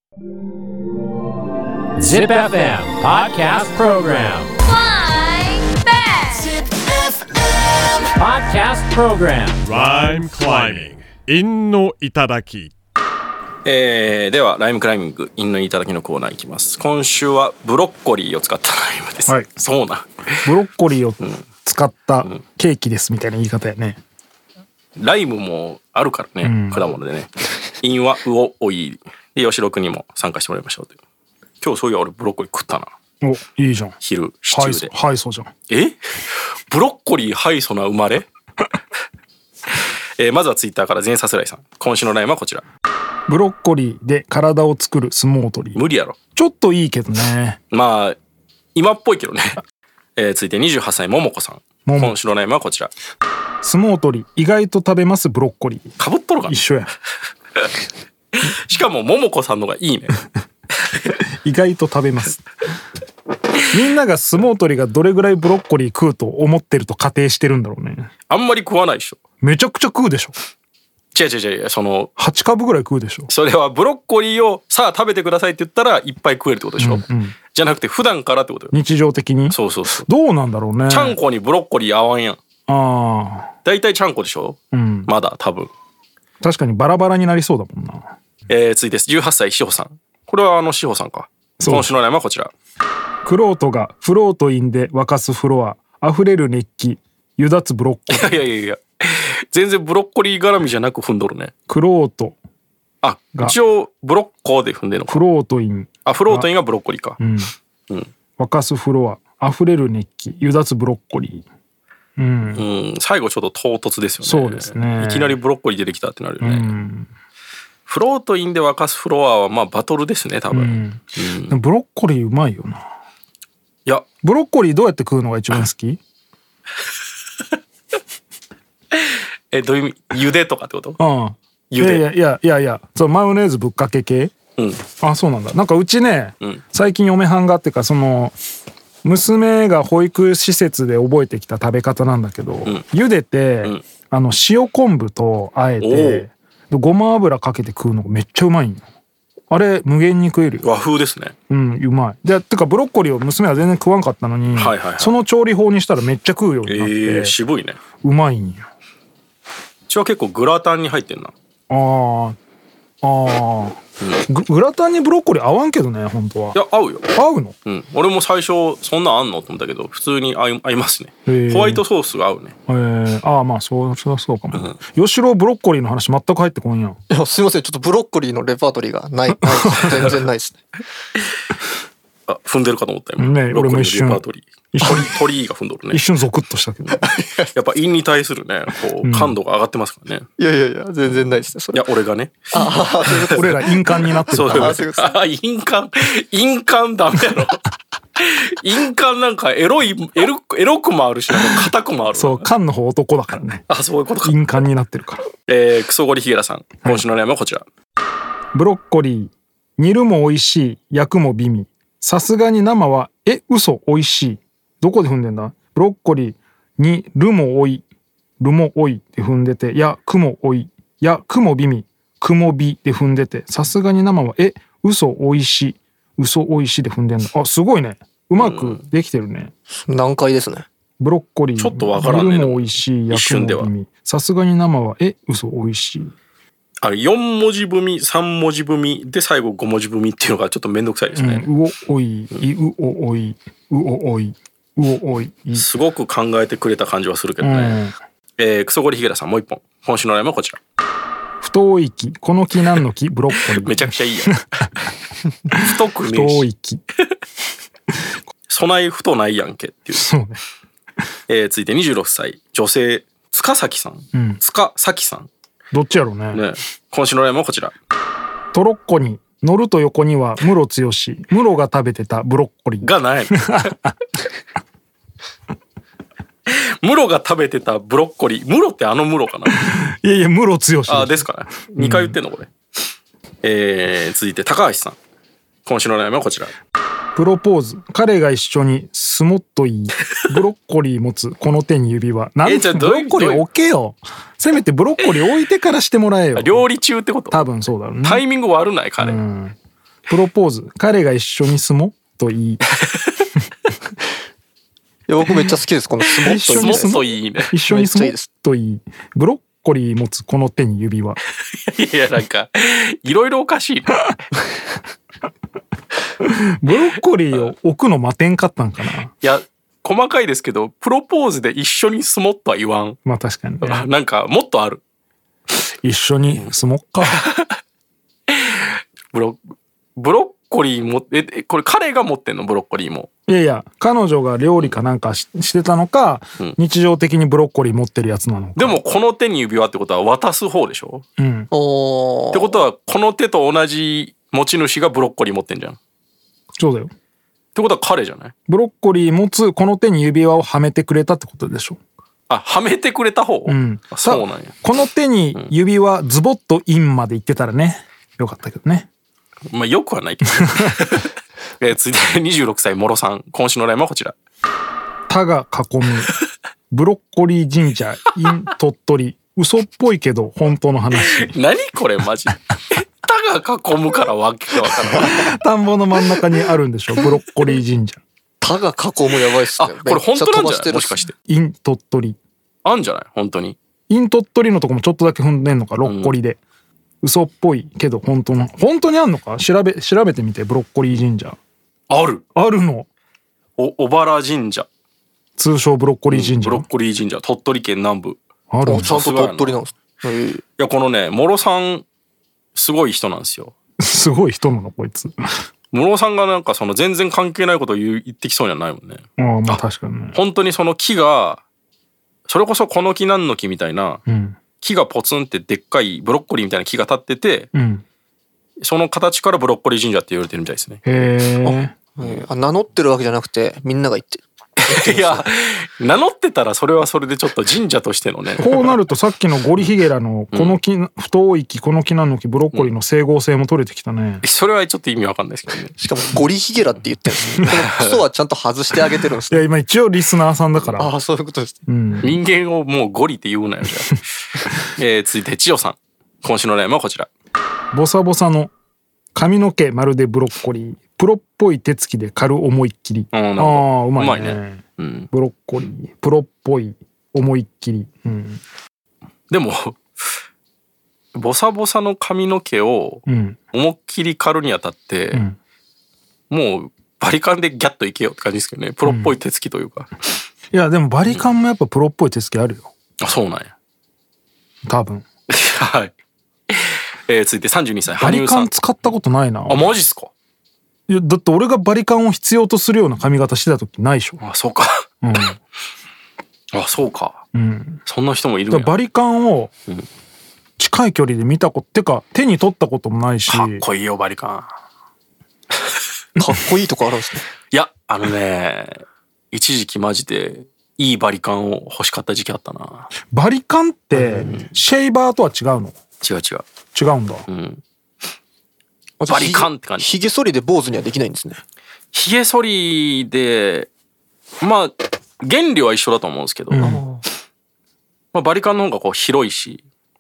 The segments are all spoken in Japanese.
Zip FM Podcast Program Flying Back Podcast Program Rhyme climbing 陰の頂き。 ではライムクライミング陰の頂きのコーナーいきます。今週はブロッコリーを使ったライムです、 はい、 そうなブロッコリーを使ったケーキですみたいな言い方やね。 ライムもあるからね、果物でね。陰はウオオイで吉六にも参加してもらいましょうという。今日そういや俺ブロッコリー食ったな。 お、いいじゃん。 昼シチューでハイソじゃん。 ブロッコリーハイソな生まれまずはツイッターから全さすらいさん。今週のライムはこちら。 ブロッコリーで体を作る相撲取り。 無理やろ。 ちょっといいけどね。 まあ今っぽいけどね。続いて28歳ももこさん。今週のライムはこちら。 相撲取り意外と食べますブロッコリー。 かぶっとるかな。 一緒や。 しかもももこさんのがいいね。 意外と食べます。みんなが相撲取りがどれぐらいブロッコリー食うと思ってると仮定してるんだろうね。 あんまり食わないでしょ。めちゃくちゃ食うでしょ。 違うその 8株ぐらい食うでしょ。 それはブロッコリーをさあ食べてくださいって言ったらいっぱい食えるってことでしょ、じゃなくて普段からってことよ。 日常的に。 そうどうなんだろうね。 ちゃんこにブロッコリー合わんやん。だいたいちゃんこでしょ、まだ多分。 確かにバラバラになりそうだもんな。 続いて18歳志保さん。これは志保さんか。今週のライムはこちら。 クロートがフロートインで沸かすフロア、溢れる熱気、湯立つブロッコリー。 いや全然ブロッコリー絡みじゃなく踏んどるね。 クロート一応ブロッコーで踏んでるのか。 フロートイン。 フロートインがブロッコリーか。 沸かすフロア、溢れる熱気、湯立つブロッコリー。 最後ちょっと唐突ですよね。 そうですね。 いきなりブロッコリー出てきたってなるよね。フロートインで沸かすフロアはまあバトルですね多分。 ブロッコリーうまいよな。 いやブロッコリーどうやって食うのが一番好き？ どういう意味？茹でとかってこと？ 茹で。いやそうマヨネーズぶっかけ系？そうなんだ。なんかうちね、最近嫁はんがってかその娘が保育施設で覚えてきた食べ方なんだけど、茹でて、塩昆布とあえてごま油かけて食うのがめっちゃうまいんよ。あれ無限に食えるよ。 和風ですね。 うまい。でてかブロッコリーを娘は全然食わんかったのに、その調理法にしたらめっちゃ食うようになって、 渋いね。 うまいんよ。 うちは結構グラタンに入ってんな。 グラタンにブロッコリー合わんけどね本当は。 いや合うよ。 合うの？ 俺も最初そんなんあんのと思ったけど普通に合いますね。ホワイトソースが合うね。 まあそうかも。吉郎ブロッコリーの話全く入ってこんやん。 いやすいませんちょっとブロッコリーのレパートリーがない全然ないですね。 踏んでるかと思ったよね。俺も一瞬鳥が踏んどるね。 一瞬ゾクッとしたけど。 やっぱ陰に対するねこう感度が上がってますからね。 いや全然ないですねそれ。 いや俺がね。 俺ら陰間になってる。 陰間ダメやろ。陰間なんかエロくもあるし硬くもある。 そう間の方男だからね。 そういうことか。 陰間になってるから。 クソゴリヒゲラさん今週の悩みはこちら。 ブロッコリー煮るも美味しい焼くも美味。さすがに生は嘘美味しい。どこで踏んでんだ？ブロッコリーにるもおいって踏んでて、やくもおいやくも美味くも美で踏んでて、さすがに生は嘘美味しいで踏んでんだ。すごいね。うまくできてるね。 難解ですね。 ブロッコリーちょっとわからんね。 煮るも美味しい焼くも美味。さすがに生は嘘美味しい。 4文字踏み3文字踏みで最後5文字踏みっていうのがちょっとめんどくさいですね。 うおおいうおおいすごく考えてくれた感じはするけどね。クソゴリヒゲラさんもう一本今週のライブはこちら。 太い木この木何の木ブロッコリー。 めちゃくちゃいいやん。太くねえし太い木備え太ないやんけっていう。 そうね。 続いて26歳女性塚崎さん、塚崎さんどっちやろうね。 今週のライブはこちら。 トロッコに乗ると横にはムロツヨシ、ムロが食べてたブロッコリーがない。ムロが食べてたブロッコリー。ムロってムロかな。 いやムロツヨシですかね。2回言ってんのこれ。続いて高橋さん今週のライブはこちら。 プロポーズ彼が一緒に住もっといいブロッコリー持つこの手に指輪。なんでブロッコリー置けよ。せめてブロッコリー置いてからしてもらえよ。 料理中ってこと。 多分そうだろうね。 タイミング悪ない彼。 プロポーズ、彼が一緒に住もうと言い。 いや僕めっちゃ好きですこのスモ一緒ッともっに住もうといいね。 一緒に住もうめっちゃいいですと言い。ブロッコリー持つこの手に指輪。 いやなんかいろいろおかしいね。 ブロッコリーを置くの待てんかったんかな。 いや細かいですけどプロポーズで一緒に住もうとは言わん。 まあ確かにね。 なんかもっとある。 一緒に住もっか。 ブロッコリーもこれ彼が持ってんのブロッコリーも。 いやいや、彼女が料理かなんかしてたのか、日常的にブロッコリー持ってるやつなのか。 でもこの手に指輪ってことは渡す方でしょ。 うん。 おーってことはこの手と同じ持ち主がブロッコリー持ってんじゃん。っそうだよ。 てことは彼じゃない。 ブロッコリー持つこの手に指輪をはめてくれたってことでしょ。 あ、はめてくれた方、 うん。 あそうなんや。 この手に指輪ズボッとインまで行ってたらね、よかったけどね。 まあよくはないけど、続いて26歳モロさん、今週のラインはこちら。 他が囲むブロッコリー神社 in 鳥取。嘘っぽいけど本当の話。 何これマジで。他が囲むからわけわからない。 田んぼの真ん中にあるんでしょ、ブロッコリー神社他が囲むやばいっすね。 あ、これ本当なんじゃない、もしかしして。 in 鳥取。 あんじゃない本当に。 in 鳥取のとこもちょっとだけ踏んでんのか、ロッコリで。嘘っぽいけど本当にあんのか、調べてみて。ブロッコリー神社ある。 あるの。 小原神社。 通称ブロッコリー神社、 ブロッコリー神社、鳥取県南部。 おあるんだ。 ちゃんと鳥取なんです。 いやこのね、モロさんすごい人なんですよ。 すごい人なのこいつ。 モロさんがなんかその全然関係ないことを言ってきそうにはないもんね。 ああ、まあ確かにね。 本当にその木がそれこそこの木なんの木みたいな、 うん木がポツンってでっかいブロッコリーみたいな木が立ってて、 うん。 その形からブロッコリー神社って言われてるみたいですね。 へえ。 名乗ってるわけじゃなくてみんなが言ってる。 いや名乗ってたらそれはそれでちょっと神社としてのね。 こうなるとさっきのゴリヒゲラのこの木、太い木、この木なんの木、ブロッコリーの整合性も取れてきたね。 それはちょっと意味わかんないですけどね。 しかもゴリヒゲラって言ってるんですね。このクソはちゃんと外してあげてるんですいや、 ね。 今一応リスナーさんだから。 ああそういうことです。 うん。 人間をもうゴリって言うなよじゃあ。続いて千代さん、今週のラインはこちら。 ボサボサの髪の毛まるでブロッコリー。プロっぽい手つきで刈る思いっきり。 なるほどああ、うまいね。 うまいねうん、 ブロッコリー。プロっぽい思いっきり。うん。 でもボサボサの髪の毛をうん。 思いっきり刈るにあたって、 んもうバリカンでギャッといけよって感じですけどね。プロっぽい手つきというか、 いや、でもバリカンもやっぱプロっぽい手つきあるよ。 あ、そうなんや。 多分。 はい。続いて32歳バリカン羽生さん。 使ったことないな。 あ、マジっすか。 いや、だって俺がバリカンを必要とするような髪型してた時ないでしょ。 あ、そうか。 うん。 あ、そうか。 うん。 そんな人もいるんや。 だからバリカンを近い距離で見たこと、てか手に取ったこともないし。 かっこいいよバリカン。 かっこいいとこあるんですね。 いや一時期マジでいいバリカンを欲しかった時期あったな。 バリカンってシェイバーとは違うの？ 違う違う。 違うんだ。 バリカンって感じ。 ひげ剃りで坊主にはできないんですね。 ひげ剃りでまあ原理は一緒だと思うんですけど、まあ、バリカンの方がこう広いし。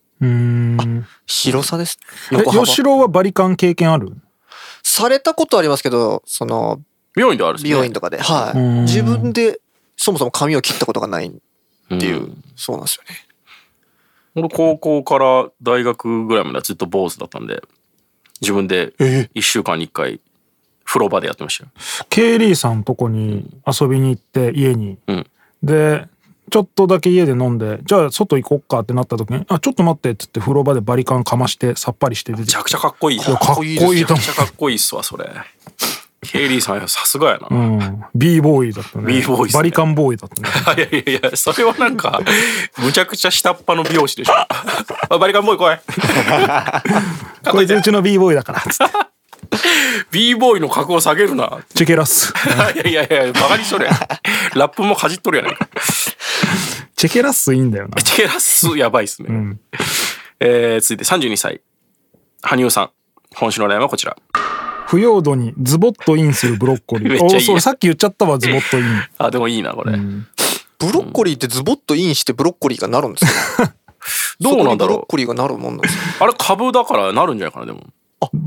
広さです。 吉郎はバリカン経験ある？ されたことありますけど、その美容院であるんですね。 美容院とかで、はい。自分でそもそも髪を切ったことがないっていう、そうなんですよね。 俺高校から大学ぐらいまではずっと坊主だったんで、自分で1週間に1回風呂場でやってましたよ。 ケイリーさんとこに遊びに行って家に、 うんでちょっとだけ家で飲んで、じゃあ外行こっかってなった時に、あ、ちょっと待ってっつって風呂場でバリカンかましてさっぱりして出てきて。 めちゃくちゃかっこいい。 かっこいいと思う。 めちゃくちゃかっこいいっすわそれ。ケイリーさんさすがやな。 うん、B ボーイだったね。 B ボーイっすねバリカンボーイだったね。 いやいやそれはなんかむちゃくちゃ下っ端の美容師でしょ。あバリカンボーイ来い。 こいつうちの B ボーイだからっつって。 B ボーイの格を下げるな。 チェケラス。 いやバカにしとるやん。ラップもかじっとるやないか。 チェケラスいいんだよな。 チェケラスやばいっすね。続いて32歳羽生さん、今週のラインはこちら。 腐葉土にズボッとインするブロッコリー。 めっちゃいいやんそうさっき言っちゃったわ、ズボッとイン。 あでもいいなこれ、 ブロッコリーってズボッとインしてブロッコリーがなるんですか？ どうなんだろう。 そこにブロッコリーがなるもんなんですか？ あれ株だからなるんじゃないかな。でも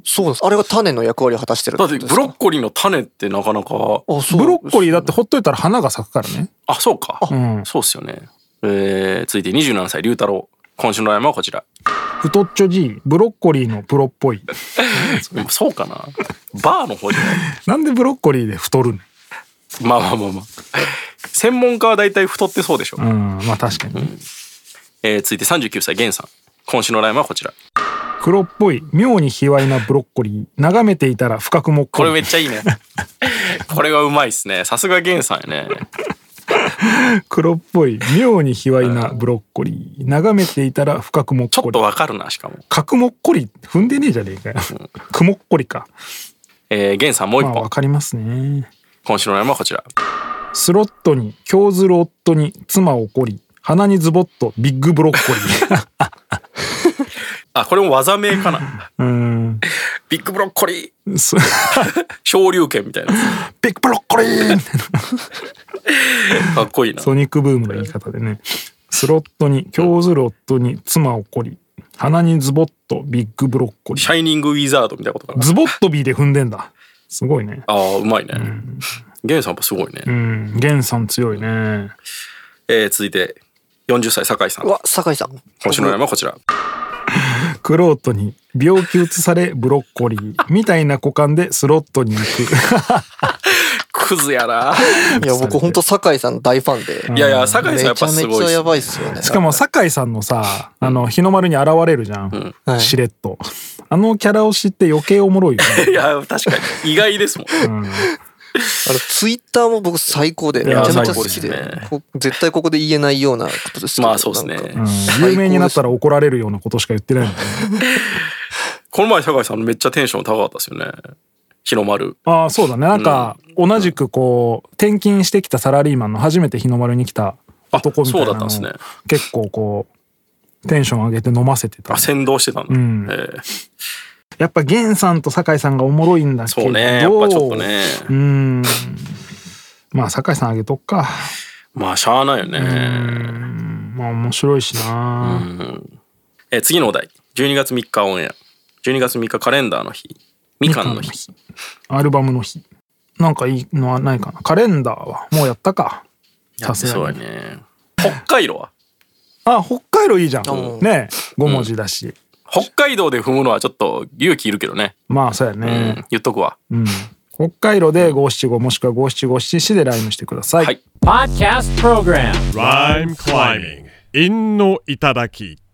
そうです。あれが種の役割を果たしてるだってブロッコリーの種ってなかなか、 あ、そうブロッコリーだってほっといたら花が咲くからね。 あ、そうか。 んそうっすよね。続いて27歳龍太郎。今週のライムはこちら。 太っちょじいブロッコリーのプロっぽい。 そうかな。バーの方じゃない。 なんでブロッコリーで太るの？ まあ。専門家は大体太ってそうでしょ。 まあ確かに、 続いて39歳ゲンさん。今週のライムはこちら。 黒っぽい妙に卑猥なブロッコリー眺めていたら深くもっこり。 これめっちゃいいね。これはうまいっすね。さすがゲンさんやね。 黒っぽい妙に卑猥なブロッコリー眺めていたら深くもっこり。 ちょっとわかるな。しかも角もっこり踏んでねえじゃねえかよ。くもっこりか。 ゲンさんもう一まあ本。 わかりますね。 今週のライムはこちら。 スロットに京ずる夫に妻を怒り鼻にズボッとビッグブロッコリー。 あ、これも技名かな。ビッグブロッコリー。昇竜拳みたいな。 ビッグブロッコリーかっこいいな。 ソニックブームの言い方でね。スロットに京ずる夫に妻を怒り鼻にズボッとビッグブロッコリー。 シャイニングウィザードみたいなことかな。 ズボッとビーで踏んでんだ。すごいね。 ああ、うまいね。ゲンさんやっぱすごいね。 ゲンさん強いね。 続いて40歳酒井さん。 うわ、酒井さん。 今週のライムはこちら。 クロートに病気移されブロッコリーみたいな股間でスロットに行く。 クズやな。 いや、僕ほんと酒井さん大ファンで。 いや酒井さんやっぱすごいっす。 めちゃめちゃやばいっすよね。 しかも酒井さんのさ、日の丸に現れるじゃん、 はいしれっと。あのキャラを知って余計おもろいよね。 いや確かに意外ですもん。 ツイッターも僕最高で、めちゃめちゃ好きで、絶対ここで言えないようなことですけど。 まあそうですね。 有名になったら怒られるようなことしか言ってないもんね。 この前酒井さんめっちゃテンション高かったですよね。日の丸。 ああ、そうだね。なんか同じくこう転勤してきたサラリーマンの初めて日の丸に来た男みたいなのをそうだったんですね。 結構こうテンション上げて飲ませてた。 あ、先導してたんだ。 やっぱゲンさんと酒井さんがおもろいんだけど。 そうね。やっぱちょっとね。 まあ酒井さんあげとくか。 まあしゃあないよね。 まあ面白いしな。 次のお題。12月3日オンエア。12月3日カレンダーの日。みかんの日。 アルバムの日。なんかいいのはないかな。カレンダーはもうやったか。 さすがに。そうやね。北海道は？ あ、北海道いいじゃん。ね、5文字だし。 北海道で踏むのはちょっと勇気いるけどね。 まあそうやね。 言っとくわ。 北海道で575もしくは57577でライムしてください。 Podcast Program Rhyme climbing 陰の頂き。